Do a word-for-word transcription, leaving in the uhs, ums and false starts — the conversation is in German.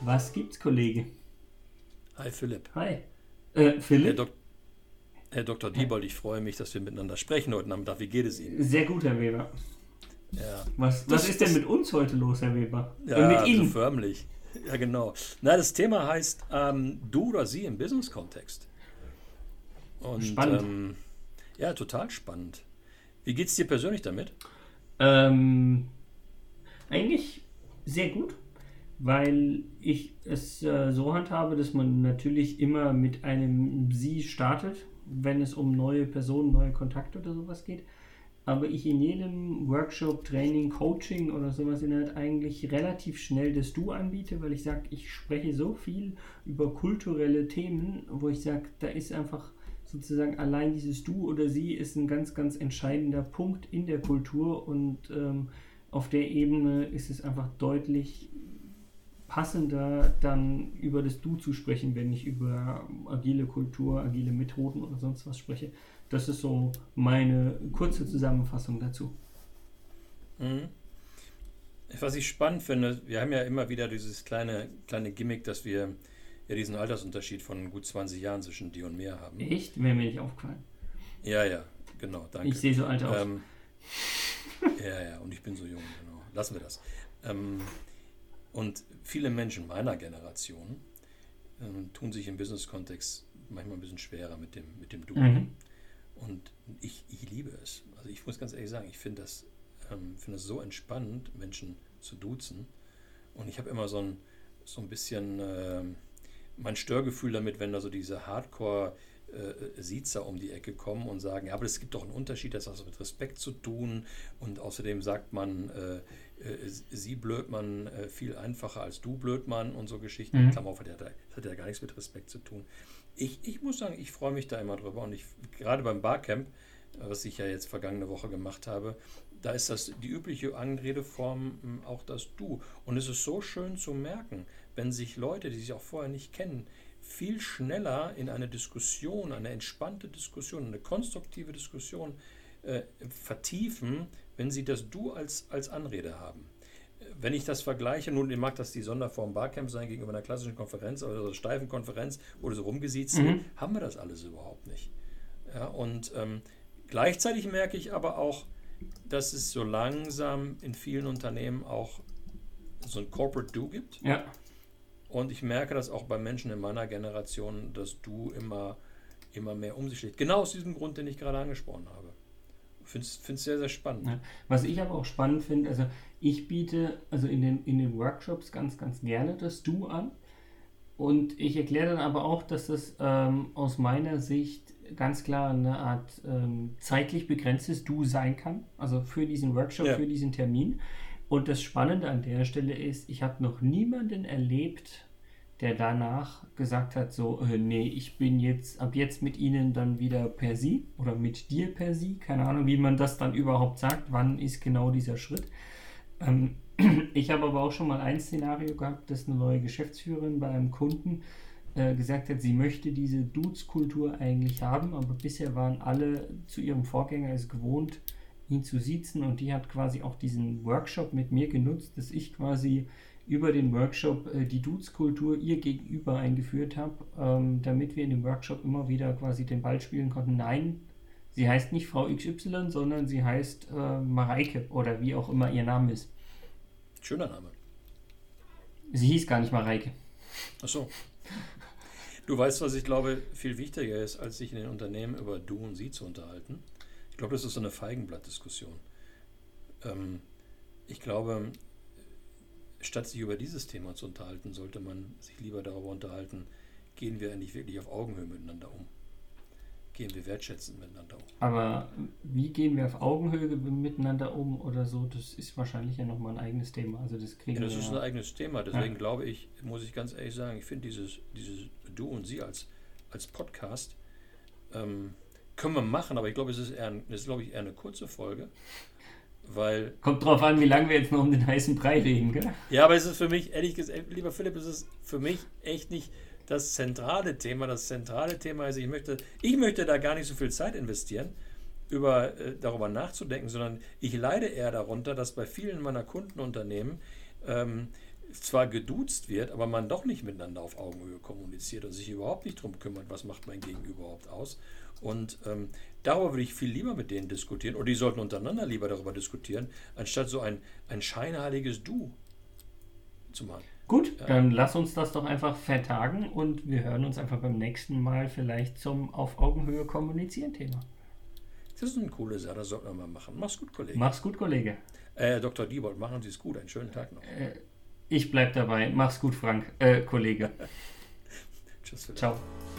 Was gibt's, Kollege? Hi Philipp. Hi. Äh, Philipp? Herr, Dok- Herr Doktor Diebold, ich freue mich, dass wir miteinander sprechen heute Nachmittag. Wie geht es Ihnen? Sehr gut, Herr Weber. Ja. Was, Das- was ist das- denn mit uns heute los, Herr Weber? Ja, Und mit so Ihnen? förmlich. Ja, genau. Na, das Thema heißt ähm, du oder sie im Business-Kontext. Und, Spannend. Ähm, ja, total spannend. Wie geht's dir persönlich damit? Ähm, eigentlich sehr gut, weil ich es äh, so handhabe, dass man natürlich immer mit einem Sie startet, wenn es um neue Personen, neue Kontakte oder sowas geht. Aber ich in jedem Workshop, Training, Coaching oder sowas in der Art eigentlich relativ schnell das Du anbiete, weil ich sage, ich spreche so viel über kulturelle Themen, wo ich sage, da ist einfach sozusagen allein dieses Du oder Sie ist ein ganz, ganz entscheidender Punkt in der Kultur und ähm, auf der Ebene ist es einfach deutlich passender, dann über das Du zu sprechen, wenn ich über agile Kultur, agile Methoden oder sonst was spreche. Das ist so meine kurze Zusammenfassung dazu. Mhm. Was ich spannend finde, wir haben ja immer wieder dieses kleine, kleine Gimmick, dass wir ja diesen Altersunterschied von gut zwanzig Jahren zwischen dir und mir haben. Echt? Wäre mir nicht aufgefallen. Ja, ja, genau, danke. Ich sehe so alt aus. Ähm, ja, ja, und ich bin so jung, genau. Lassen wir das. Ähm, und viele Menschen meiner Generation ähm, tun sich im Business-Kontext manchmal ein bisschen schwerer mit dem, mit dem Du. Mhm. Und ich, ich liebe es. Also ich muss ganz ehrlich sagen, ich finde das, ähm, finde das so entspannend, Menschen zu duzen. Und ich habe immer so ein, so ein bisschen ähm, mein Störgefühl damit, wenn da so diese Hardcore äh, Siezer um die Ecke kommen und sagen, ja, aber es gibt doch einen Unterschied, das hat was mit Respekt zu tun und außerdem sagt man, äh, äh, sie Blödmann äh, viel einfacher als du Blödmann und so Geschichten. Mhm. Klammer auf, das hat, ja, das hat ja gar nichts mit Respekt zu tun. Ich, ich muss sagen, ich freue mich da immer drüber und ich, gerade beim Barcamp, was ich ja jetzt vergangene Woche gemacht habe, da ist das die übliche Anredeform m, auch das Du. Und es ist so schön zu merken, wenn sich Leute, die sich auch vorher nicht kennen, viel schneller in eine Diskussion, eine entspannte Diskussion, eine konstruktive Diskussion äh, vertiefen, wenn sie das Du als, als Anrede haben. Wenn ich das vergleiche, nun mag das die Sonderform Barcamp sein gegenüber einer klassischen Konferenz oder so steifen Konferenz, wo du so rumgesiezt wird, Mhm. haben wir das alles überhaupt nicht. Ja, und ähm, gleichzeitig merke ich aber auch, dass es so langsam in vielen Unternehmen auch so ein Corporate Do gibt. Ja. Und ich merke das auch bei Menschen in meiner Generation, dass Du immer, immer mehr um sich schlägt. Genau aus diesem Grund, den ich gerade angesprochen habe. Ich finde es sehr, sehr spannend. Ja. Was ich aber auch spannend finde, also ich biete also in den, in den Workshops ganz, ganz gerne das Du an. Und ich erkläre dann aber auch, dass das ähm, aus meiner Sicht ganz klar eine Art ähm, zeitlich begrenztes Du sein kann. Also für diesen Workshop, Ja. für diesen Termin. Und das Spannende an der Stelle ist, ich habe noch niemanden erlebt, der danach gesagt hat, so, äh, nee, ich bin jetzt ab jetzt mit Ihnen dann wieder per Sie oder mit dir per Sie. Keine Ahnung, wie man das dann überhaupt sagt. Wann ist genau dieser Schritt? Ähm, ich habe aber auch schon mal ein Szenario gehabt, dass eine neue Geschäftsführerin bei einem Kunden äh, gesagt hat, sie möchte diese Dudes-Kultur eigentlich haben, aber bisher waren alle zu ihrem Vorgänger es gewohnt, ihn zu siezen und die hat quasi auch diesen Workshop mit mir genutzt, dass ich quasi über den Workshop äh, die Dudes-Kultur ihr gegenüber eingeführt habe, ähm, damit wir in dem Workshop immer wieder quasi den Ball spielen konnten. Nein, sie heißt nicht Frau X Y, sondern sie heißt äh, Mareike oder wie auch immer ihr Name ist. Schöner Name. Sie hieß gar nicht Mareike. Ach so. Du weißt, was ich glaube, viel wichtiger ist, als sich in den Unternehmen über Du und Sie zu unterhalten. Ich glaube, das ist so eine Feigenblattdiskussion. Ähm, ich glaube, statt sich über dieses Thema zu unterhalten, sollte man sich lieber darüber unterhalten, gehen wir eigentlich wirklich auf Augenhöhe miteinander um? Gehen wir wertschätzend miteinander um? Aber wie gehen wir auf Augenhöhe miteinander um oder so, das ist wahrscheinlich ja nochmal ein eigenes Thema. Also das kriegen Ja, das wir ist ja. ein eigenes Thema. Deswegen Ja. glaube ich, muss ich ganz ehrlich sagen, ich finde dieses, dieses Du und Sie als, als Podcast ähm, können wir machen, aber ich glaube, es ist, eher, das ist, glaube ich, eher eine kurze Folge, weil... Kommt drauf an, wie lange wir jetzt noch um den heißen Brei reden, gell? Ja, aber es ist für mich, ehrlich gesagt, lieber Philipp, es ist für mich echt nicht das zentrale Thema. Das zentrale Thema ist, ich möchte, ich möchte da gar nicht so viel Zeit investieren, über, äh, darüber nachzudenken, sondern ich leide eher darunter, dass bei vielen meiner Kundenunternehmen ähm, zwar geduzt wird, aber man doch nicht miteinander auf Augenhöhe kommuniziert und sich überhaupt nicht darum kümmert, was macht mein Gegenüber überhaupt aus. Und ähm, darüber würde ich viel lieber mit denen diskutieren, oder die sollten untereinander lieber darüber diskutieren, anstatt so ein, ein scheinheiliges Du zu machen. Gut, ja. Dann lass uns das doch einfach vertagen und wir hören uns einfach beim nächsten Mal vielleicht zum auf Augenhöhe kommunizieren Thema. Das ist eine coole Sache, das sollten wir mal machen. Mach's gut, Kollege. Mach's gut, Kollege. Äh, Doktor Diebold, machen Sie es gut. Einen schönen Tag noch. Äh, ich bleib dabei. Mach's gut, Frank. Äh, Kollege. Tschüss. Ciao.